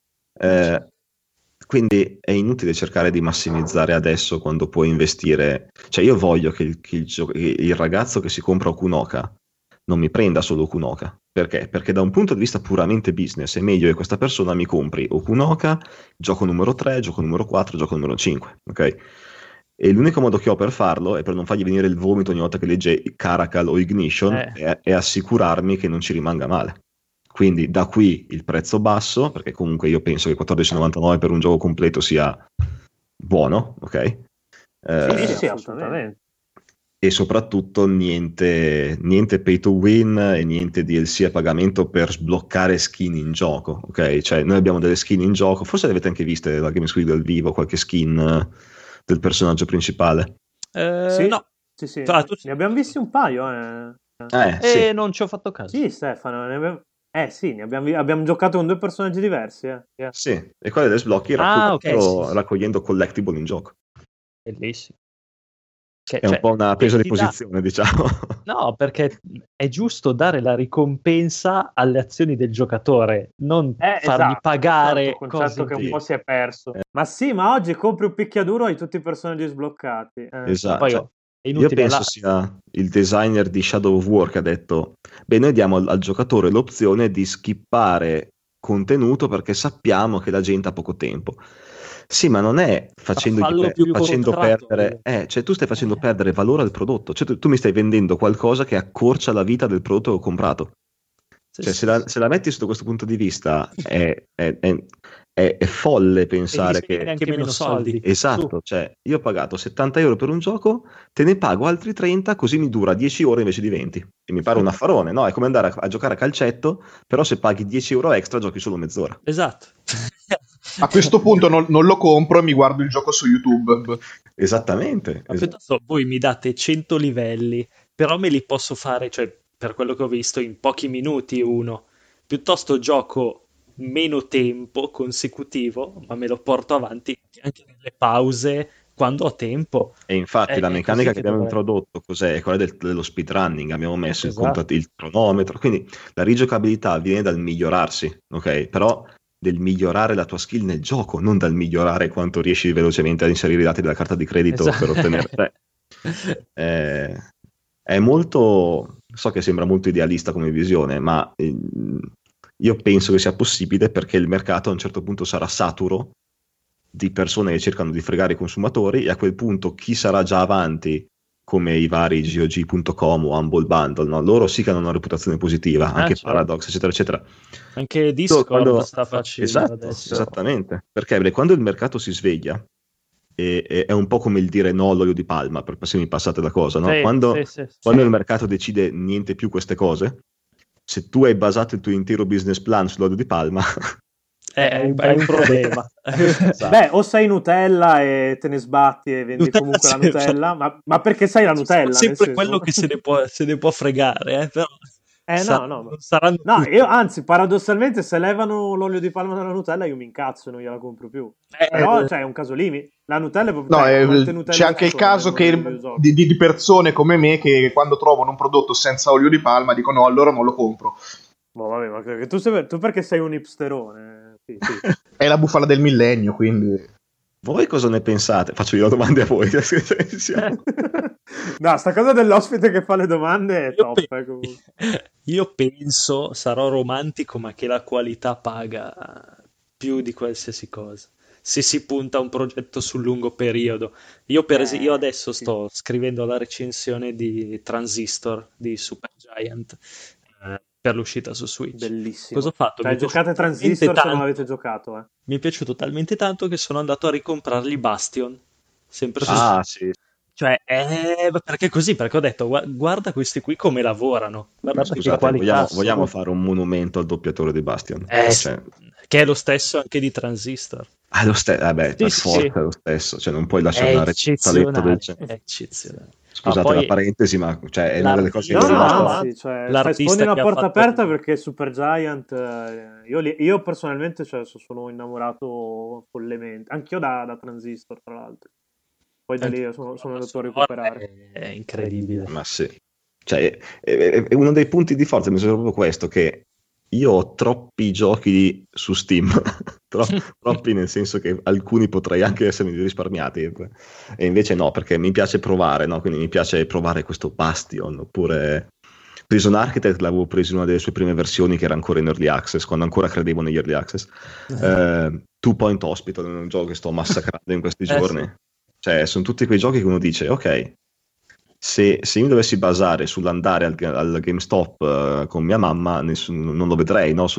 Quindi è inutile cercare di massimizzare adesso quando puoi investire. Cioè io voglio che il ragazzo che si compra Okunoka non mi prenda solo Okunoka. Perché? Perché da un punto di vista puramente business è meglio che questa persona mi compri Okunoka, gioco numero 3, gioco numero 4, gioco numero 5, ok? E l'unico modo che ho per farlo è per non fargli venire il vomito ogni volta che legge Caracal o Ignition, è assicurarmi che non ci rimanga male. Quindi da qui il prezzo basso, perché comunque io penso che 14,99 per un gioco completo sia buono, ok? Sì, assolutamente. E soprattutto niente pay to win e niente DLC a pagamento per sbloccare skin in gioco, ok? Cioè noi abbiamo delle skin in gioco, forse le avete anche viste da Games Week dal vivo, qualche skin del personaggio principale. Sì. No. Sì. Ne abbiamo visti un paio. Sì. Non ci ho fatto caso. Sì, Stefano, sì, abbiamo giocato con 2 personaggi diversi. Sì, e quelli dei sblocchi raccogliendo collectible in gioco. Bellissimo. È un po' una presa di posizione, diciamo. No, perché è giusto dare la ricompensa alle azioni del giocatore, non fargli pagare un concetto che un po' si è perso. Ma sì, ma oggi compri un picchiaduro e hai tutti i personaggi sbloccati. Esatto. Poi, io penso sia il designer di Shadow of War che ha detto: beh, noi diamo al giocatore l'opzione di skippare contenuto perché sappiamo che la gente ha poco tempo. Sì, ma non è facendo perdere, cioè tu stai facendo perdere valore al prodotto, cioè tu mi stai vendendo qualcosa che accorcia la vita del prodotto che ho comprato. Cioè se la metti sotto questo punto di vista è è folle pensare E che... anche meno soldi. Esatto, cioè io ho pagato 70 euro per un gioco, te ne pago altri 30, così mi dura 10 ore invece di 20. E mi pare un affarone, no? È come andare a giocare a calcetto, però se paghi 10 euro extra giochi solo mezz'ora. Esatto. A questo punto non lo compro e mi guardo il gioco su YouTube. Esattamente. Ma piuttosto voi mi date 100 livelli, però me li posso fare, cioè per quello che ho visto, in pochi minuti uno. Piuttosto gioco meno tempo consecutivo, ma me lo porto avanti anche nelle pause quando ho tempo. E infatti la È meccanica così che abbiamo dovrebbe. introdotto cos'è? È quella dello speedrunning, abbiamo messo Esatto. il cronometro, quindi la rigiocabilità viene dal migliorarsi, ok? Però del migliorare la tua skill nel gioco, non dal migliorare quanto riesci velocemente ad inserire i dati della carta di credito Esatto. per ottenere... è molto... So che sembra molto idealista come visione, ma io penso che sia possibile perché il mercato a un certo punto sarà saturo di persone che cercano di fregare i consumatori e a quel punto chi sarà già avanti come i vari GOG.com o Humble Bundle, no? Loro sì che hanno una reputazione positiva, anche certo. Paradox eccetera eccetera. Anche Discord sta facendo esatto, adesso. esattamente, perché quando il mercato si sveglia è un po' come il dire no all'olio di palma, per se mi passate la cosa, no? Sì, Quando sì. il mercato decide niente più queste cose, se tu hai basato il tuo intero business plan sull'olio di palma È un problema. Esatto. Beh, o sei Nutella e te ne sbatti e vendi Nutella, comunque la sì, Nutella, ma perché sei la Nutella? Sempre nel senso... quello che se ne può fregare, però No, saranno no, tutti. io anzi, paradossalmente, se levano l'olio di palma dalla Nutella, io mi incazzo e non gliela compro più. Però, cioè, è un caso limite. La Nutella è proprio... No, quante Nutelle c'è anche il ci sono caso nel che mondo dei videogiochi? di persone come me che quando trovano un prodotto senza olio di palma dicono no, allora non lo compro. Boh, vabbè, ma che tu perché sei un hipsterone? Sì. È la bufala del millennio, quindi... Voi cosa ne pensate? Faccio io domande a voi. No, sta cosa dell'ospite che fa le domande è top. Io penso, sarò romantico, ma che la qualità paga più di qualsiasi cosa. Se si punta a un progetto sul lungo periodo. Io adesso sto scrivendo la recensione di Transistor di Supergiant per l'uscita su Switch. Bellissimo. Cosa ho fatto? Cioè, giocate Transistor se non l'avete giocato, Mi è piaciuto talmente tanto che sono andato a ricomprargli Bastion. Sempre su sì. Cioè, perché così? Perché ho detto, guarda questi qui come lavorano. Guarda scusate, che qualità vogliamo fare un monumento al doppiatore di Bastion? che è lo stesso anche di Transistor. Lo stesso, per forza è lo stesso, cioè non puoi lasciare una talento del è eccezionale. Scusate la parentesi, ma cioè, è una delle cose che sfondi una porta aperta perché Supergiant io personalmente sono innamorato follemente, anch'io da Transistor tra l'altro, poi da lì sono andato a recuperare. È incredibile, ma sì, cioè è uno dei punti di forza, mi sembra proprio questo, che io ho troppi giochi su Steam, troppi nel senso che alcuni potrei anche essermi risparmiati, e invece no, perché mi piace provare, no? Quindi mi piace provare questo Bastion, oppure Prison Architect l'avevo preso in una delle sue prime versioni che era ancora in Early Access, quando ancora credevo negli Early Access. Two Point Hospital è un gioco che sto massacrando in questi giorni. Sì. Cioè sono tutti quei giochi che uno dice, ok, se mi dovessi basare sull'andare al GameStop con mia mamma, non lo vedrei, no?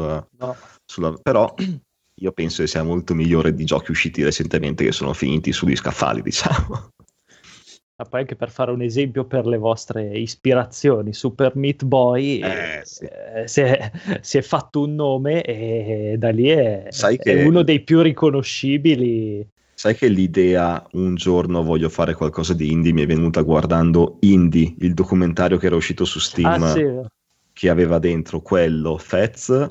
Però io penso che sia molto migliore di giochi usciti recentemente che sono finiti sugli scaffali, diciamo. Ma poi anche per fare un esempio per le vostre ispirazioni, Super Meat Boy sì. si è fatto un nome e da lì è uno dei più riconoscibili. Sai che l'idea un giorno voglio fare qualcosa di indie mi è venuta guardando Indie, il documentario che era uscito su Steam, che aveva dentro quello, Fez.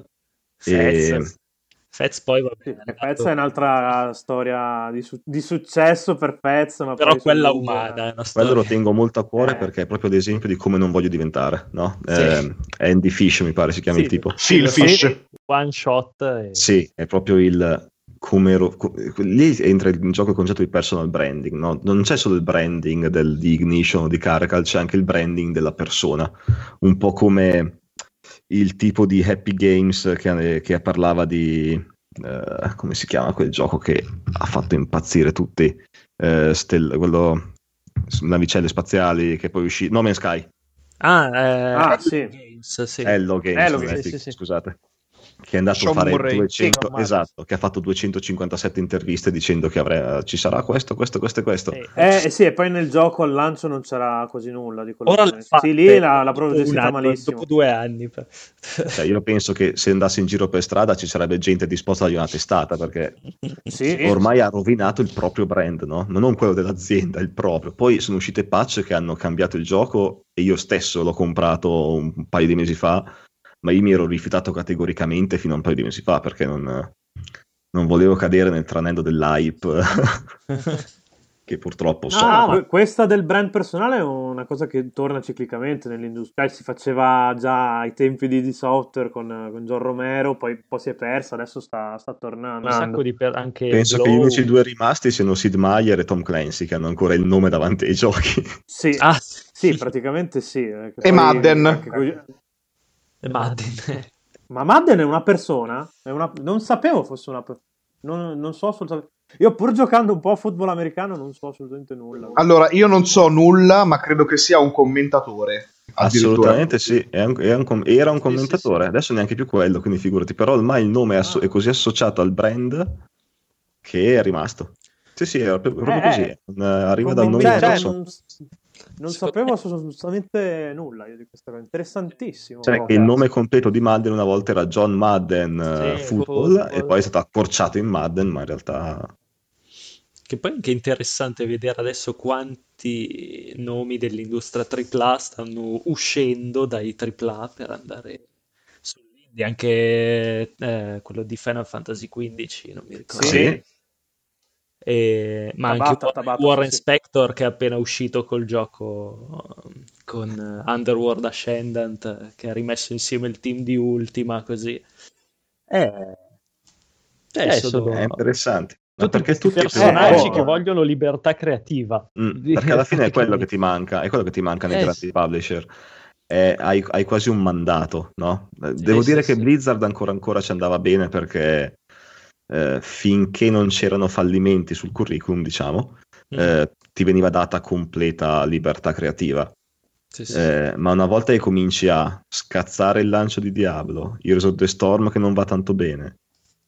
Fez poi va bene. Fez è un'altra storia di successo per Fez, ma però poi quella umana è una storia. Quello lo tengo molto a cuore perché è proprio l'esempio di come non voglio diventare, no? Andy Fish mi pare si chiama il tipo. Phil Fish. One shot. Sì, è proprio il... lì entra in gioco il concetto di personal branding, no? Non c'è solo il branding di Ignition o di Caracal, c'è anche il branding della persona, un po' come il tipo di Happy Games che parlava di come si chiama quel gioco che ha fatto impazzire tutti, quello navicelle spaziali che poi uscì, No Man's Sky. Sì. Games, sì. Hello Games, sì. scusate. che è andato Sean a fare Murray. 200, Sì, esatto, che ha fatto 257 interviste dicendo che ci sarà questo e questo. Sì, e poi nel gioco al lancio non c'era quasi nulla di quello Ora che... l'ha fatta, Sì, lì l'ha dopo proprio un gestita anno, malissimo. dopo 2 anni. Cioè, io penso che se andassi in giro per strada ci sarebbe gente disposta a dargli una testata, perché Sì. ormai ha rovinato il proprio brand, no? Ma non quello dell'azienda, il proprio. Poi sono uscite patch che hanno cambiato il gioco e io stesso l'ho comprato un paio di mesi fa, ma io mi ero rifiutato categoricamente fino a un paio di mesi fa perché non volevo cadere nel tranello dell'hype che purtroppo so. Questa del brand personale è una cosa che torna ciclicamente nell'industria. Si faceva già ai tempi di Software con John Romero, poi un po' si è persa, adesso sta tornando. Un sacco di anche Penso che gli unici due rimasti siano Sid Meier e Tom Clancy, che hanno ancora il nome davanti ai giochi. Sì, Ah, sì, praticamente sì. E Madden. Madden. Ma Madden è una persona? Non sapevo fosse una persona. Non so assolutamente. Io pur giocando un po' a football americano non so assolutamente nulla. Allora, io non so nulla, ma credo che sia un commentatore. Assolutamente sì, era un commentatore, sì. Adesso neanche più quello, quindi figurati, però ormai il nome è così associato al brand che è rimasto. Sì, era proprio così, arriva dal nome della persona. Non sapevo assolutamente nulla io di questa cosa, interessantissimo. Cioè, che il nome completo di Madden una volta era John Madden Football e poi è stato accorciato in Madden, ma in realtà... Che poi è anche interessante vedere adesso quanti nomi dell'industria AAA stanno uscendo dai AAA per andare sull'indie, anche quello di Final Fantasy XV, non mi ricordo. Sì. Ma Tabata, anche Warren sì. Spector che è appena uscito col gioco con Underworld Ascendant, che ha rimesso insieme il team di Ultima, così. È interessante. Ma tutti perché questi tutti personaggi che vogliono libertà creativa. Perché alla fine è quello che ti manca, nei grandi publisher. Hai quasi un mandato, no? Devo dire che Blizzard ancora ci andava bene perché finché non c'erano fallimenti sul curriculum, diciamo, ti veniva data completa libertà creativa. Ma una volta che cominci a scazzare il lancio di Diablo, Heroes of the Storm che non va tanto bene,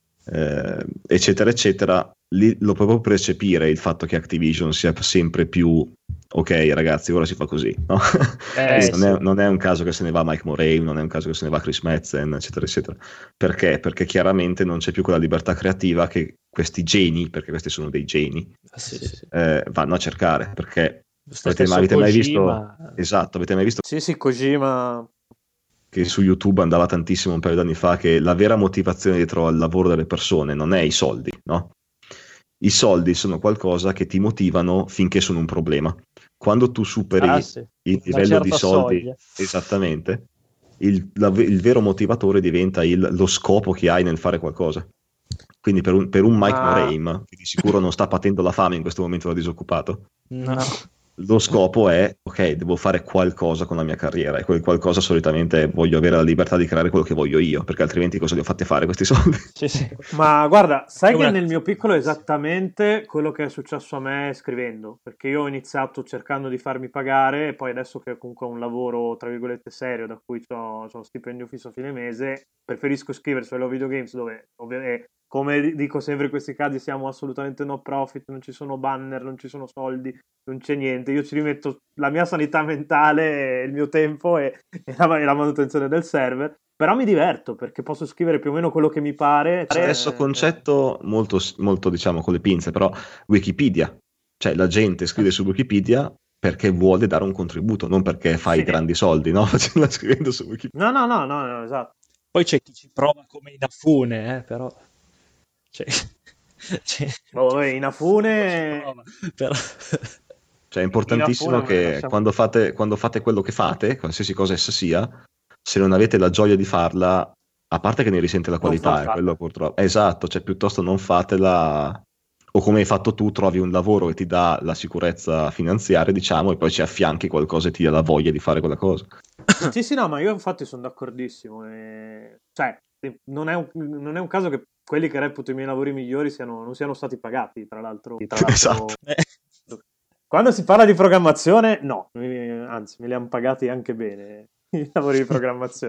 eccetera eccetera, lì lo puoi proprio percepire il fatto che Activision sia sempre più ok ragazzi, ora si fa così, no? Non è un caso che se ne va Mike Morhaime, non è un caso che se ne va Chris Metzen, eccetera eccetera. Perché chiaramente non c'è più quella libertà creativa che questi geni, perché questi sono dei geni, vanno a cercare, perché avete mai visto? Esatto, avete mai visto? Sì, Kojima, che su YouTube andava tantissimo un paio d'anni fa, che la vera motivazione dietro al lavoro delle persone non è i soldi, no? I soldi sono qualcosa che ti motivano finché sono un problema. Quando tu superi il livello di soldi, soglia. Esattamente, il vero motivatore diventa lo scopo che hai nel fare qualcosa. Quindi per un Mike Morhaime, che di sicuro non sta patendo la fame in questo momento da disoccupato, no. Lo scopo è, ok, devo fare qualcosa con la mia carriera, e quel qualcosa solitamente voglio avere la libertà di creare quello che voglio io, perché altrimenti cosa li ho fatti fare questi soldi? Sì. Ma guarda, sai che nel mio piccolo è esattamente quello che è successo a me scrivendo, perché io ho iniziato cercando di farmi pagare e poi adesso che comunque ho un lavoro tra virgolette serio, da cui ho uno stipendio fisso a fine mese, preferisco scrivere su Hello Video Games, dove come dico sempre in questi casi siamo assolutamente no profit, non ci sono banner, non ci sono soldi, non c'è niente, io ci rimetto la mia sanità mentale, il mio tempo e la manutenzione del server, però mi diverto perché posso scrivere più o meno quello che mi pare. Adesso concetto molto, molto diciamo con le pinze, però Wikipedia, cioè la gente scrive su Wikipedia perché vuole dare un contributo, non perché fa i grandi soldi, no? Scrivendo su Wikipedia. No, esatto. Poi c'è chi ci prova come Inafune, però... Inafune... Però... Cioè è importantissimo che quando fate quello che fate, qualsiasi cosa essa sia, se non avete la gioia di farla, a parte che ne risente la qualità, è quello purtroppo. Esatto, cioè piuttosto non fatela, o come hai fatto tu, trovi un lavoro che ti dà la sicurezza finanziaria, diciamo, e poi ci affianchi qualcosa e ti dà la voglia di fare quella cosa. Sì, no, ma io infatti sono d'accordissimo. Cioè, non è un caso che quelli che reputo i miei lavori migliori non siano stati pagati, tra l'altro. Esatto. Quando si parla di programmazione, no, anzi, me li hanno pagati anche bene i lavori di programmazione.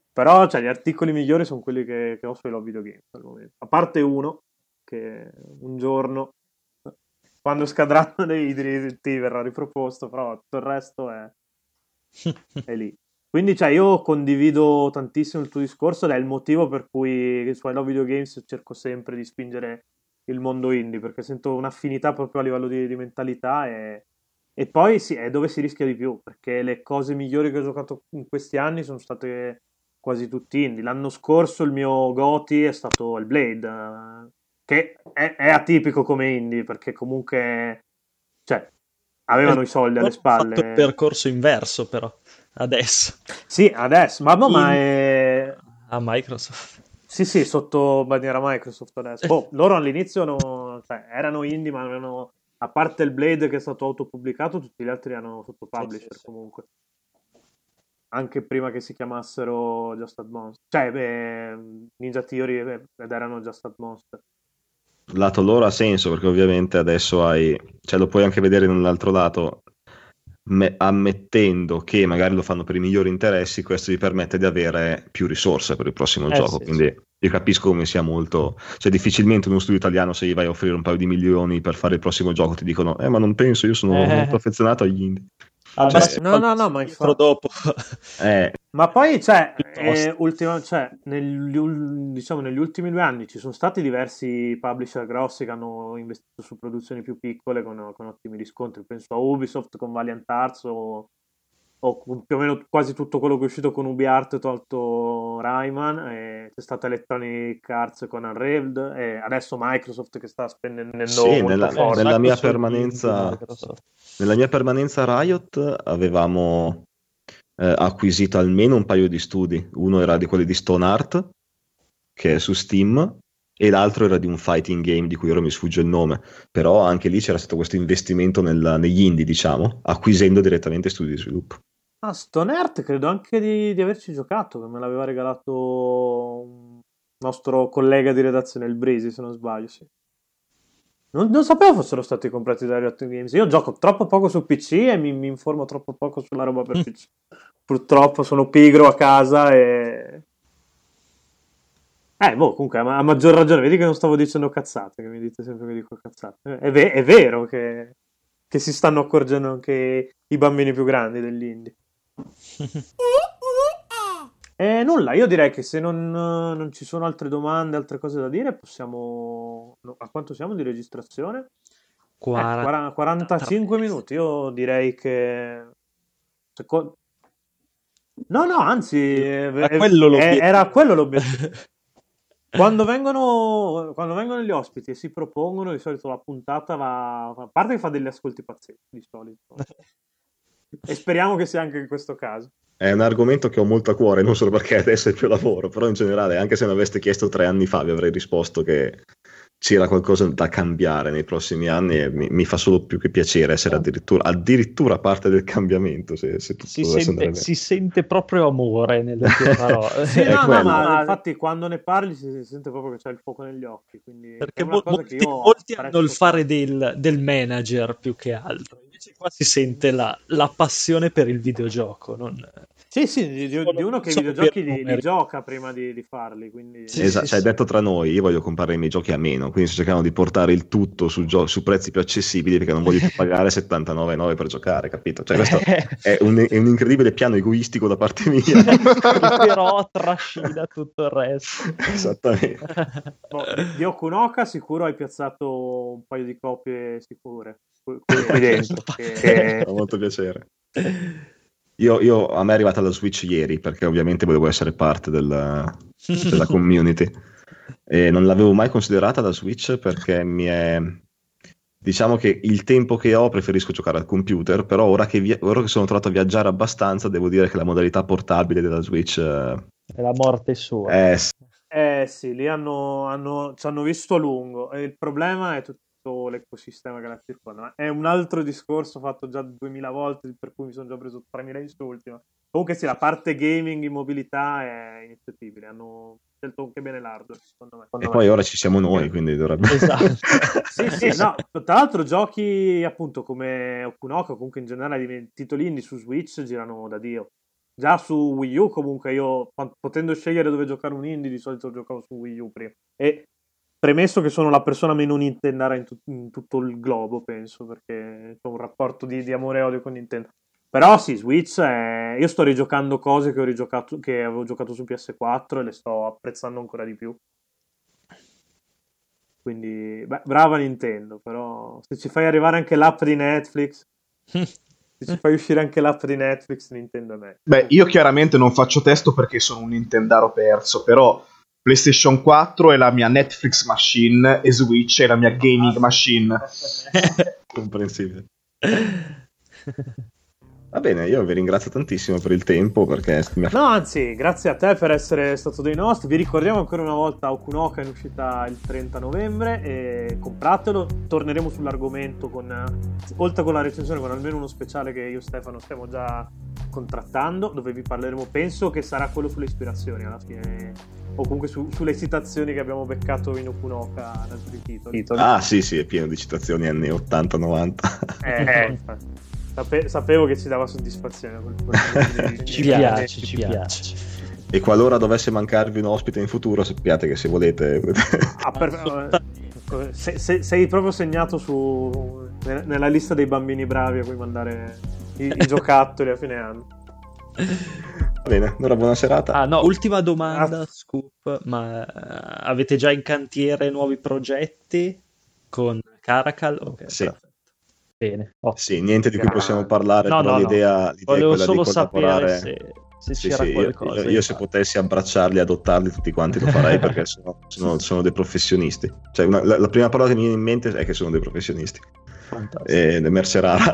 Però cioè, gli articoli migliori sono quelli che ho sui Love Video Games al momento. A parte uno, che un giorno, quando scadranno i diritti, verrà riproposto, però tutto il resto è lì. Quindi cioè, io condivido tantissimo il tuo discorso ed è il motivo per cui su I Love Video Games cerco sempre di spingere il mondo indie, perché sento un'affinità proprio a livello di mentalità e poi sì, è dove si rischia di più, perché le cose migliori che ho giocato in questi anni sono state quasi tutti indie. L'anno scorso il mio GOTY è stato il Blade, che è atipico come indie, perché comunque cioè, avevano i soldi alle spalle. Fatto il percorso inverso però, adesso. Sì, adesso, ma è... A Microsoft. Sì, sotto bandiera Microsoft adesso. Loro all'inizio cioè, erano indie, ma avevano, a parte il Blade che è stato autopubblicato, tutti gli altri erano sotto publisher comunque. Anche prima che si chiamassero Just Add Monster. Cioè, Ninja Theory ed erano Just Add Monster. Lato loro ha senso, perché ovviamente adesso cioè lo puoi anche vedere in un altro lato, ammettendo che magari lo fanno per i migliori interessi, questo gli permette di avere più risorse per il prossimo gioco, quindi io capisco come sia molto, cioè difficilmente uno studio italiano, se gli vai a offrire un paio di milioni per fare il prossimo gioco, ti dicono ma non penso, io sono molto affezionato agli indie. No, ma infatti... dopo. Ma poi cioè, negli ultimi 2 anni ci sono stati diversi publisher grossi che hanno investito su produzioni più piccole con ottimi riscontri. Penso a Ubisoft con Valiant Arts o più o meno quasi tutto quello che è uscito con UbiArt tolto Rayman, c'è stata Electronic Arts con Unraveled e adesso Microsoft che sta spendendo molto forte. Nella mia permanenza Riot avevamo acquisito almeno un paio di studi. Uno era di quelli di Stoneheart, che è su Steam, e l'altro era di un fighting game di cui ora mi sfugge il nome, però anche lì c'era stato questo investimento negli indie, diciamo, acquisendo direttamente studi di sviluppo. Stoneheart credo anche di averci giocato, che me l'aveva regalato un nostro collega di redazione, il Brisi, se non sbaglio, sì. Non sapevo fossero stati comprati da Riot Games. Io gioco troppo poco su PC e mi informo troppo poco sulla roba per PC. Purtroppo sono pigro a casa e... comunque a maggior ragione, vedi che non stavo dicendo cazzate, che mi dite sempre che dico cazzate. È vero che si stanno accorgendo anche i bambini più grandi dell'indie. E nulla, io direi che se non ci sono altre domande, altre cose da dire, possiamo... A quanto siamo di registrazione? 45 minuti, io direi che... No, anzi, era quello l'obiettivo. Quando vengono gli ospiti e si propongono, di solito la puntata va... A parte che fa degli ascolti pazzeschi, di solito. E speriamo che sia anche in questo caso. È un argomento che ho molto a cuore, non solo perché adesso è più lavoro, però in generale, anche se mi aveste chiesto 3 anni fa, vi avrei risposto che c'era qualcosa da cambiare nei prossimi anni e mi fa solo più che piacere essere addirittura parte del cambiamento. Se tutto si sente proprio amore nelle tue parole. Sì, ma infatti quando ne parli si sente proprio che c'è il fuoco negli occhi. Quindi perché molti hanno il fare del manager più che altro. Invece qua si sente la passione per il videogioco. Sì, di uno che i videogiochi li gioca prima di farli. Quindi... Esatto, cioè, detto tra noi, io voglio comprare i miei giochi a meno, quindi sto cercando di portare il tutto su prezzi più accessibili perché non voglio più pagare 79,9 per giocare, capito? Cioè, questo è un incredibile piano egoistico da parte mia. Però trascina tutto il resto. Esattamente. Di Okunoka sicuro hai piazzato un paio di copie sicure qui dentro. Fa molto piacere. A me è arrivata la Switch ieri perché ovviamente volevo essere parte della community e non l'avevo mai considerata la Switch perché diciamo che il tempo che ho preferisco giocare al computer, però ora che sono trovato a viaggiare abbastanza devo dire che la modalità portabile della Switch è la morte sua. Sì, lì ci hanno visto a lungo e il problema è tutto l'ecosistema che la circonda. È un altro discorso fatto già 2000 volte, per cui mi sono già preso 3000 insulti. Ma... Comunque sì, la parte gaming in mobilità è ineccepibile, hanno scelto anche bene l'hardware, secondo me. Poi ora ci siamo noi, quindi dovrebbe... Esatto. sì, no, tra l'altro giochi appunto come Okunoka, comunque in generale titoli indie su Switch girano da Dio. già su Wii U comunque io, potendo scegliere dove giocare un indie, di solito giocavo su Wii U prima. E premesso che sono la persona meno nintendara in tutto il globo, penso, perché ho un rapporto di amore e odio con Nintendo. Però sì, Switch io sto rigiocando cose che avevo giocato su PS4 e le sto apprezzando ancora di più. Quindi, brava Nintendo, però se ci fai arrivare anche l'app di Netflix, se ci fai uscire anche l'app di Netflix, Nintendo è meglio. Beh, io chiaramente non faccio testo perché sono un nintendaro perso, però PlayStation 4 è la mia Netflix machine e Switch è la mia gaming machine. Comprensibile. Va bene, io vi ringrazio tantissimo per il tempo, perché no, anzi, grazie a te per essere stato dei nostri. Vi ricordiamo ancora una volta Okunoka è in uscita il 30 novembre e compratelo. Torneremo sull'argomento oltre con la recensione, con almeno uno speciale che io e Stefano stiamo già contrattando, dove vi parleremo, penso che sarà quello sulle ispirazioni alla fine, o comunque sulle citazioni che abbiamo beccato in Okunoka in altri titoli. Ah sì, è pieno di citazioni anni 80-90. Sapevo che ci dava soddisfazione ci piace. E qualora dovesse mancarvi un ospite in futuro, sappiate che se volete sei proprio segnato nella lista dei bambini bravi a cui mandare i giocattoli a fine anno. Va bene, allora buona serata. Ultima domanda, Scoop, ma avete già in cantiere nuovi progetti con Caracal? Okay, sì. Perfetto. Bene. Sì, niente di cui possiamo parlare, però l'idea volevo è quella solo di collaborare. sapere se c'era qualcosa. Io se potessi abbracciarli, adottarli tutti quanti lo farei, perché sono dei professionisti. Cioè, la prima parola che mi viene in mente è che sono dei professionisti. Fantastico. Ed è merce rara.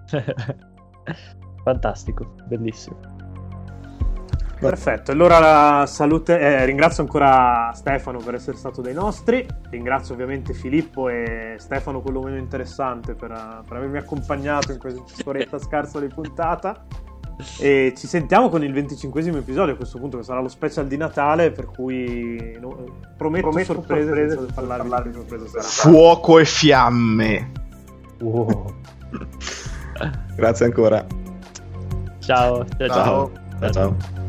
Fantastico, bellissimo. Perfetto, allora ringrazio ancora Stefano per essere stato dei nostri, ringrazio ovviamente Filippo e Stefano, quello meno interessante, per avermi accompagnato in questa oretta scarsa di puntata, e ci sentiamo con il 25esimo episodio a questo punto, che sarà lo special di Natale, per cui prometto sorprese senza parlarvi di sorprese. Fuoco e fiamme. Wow. Grazie ancora. Ciao. Ciao.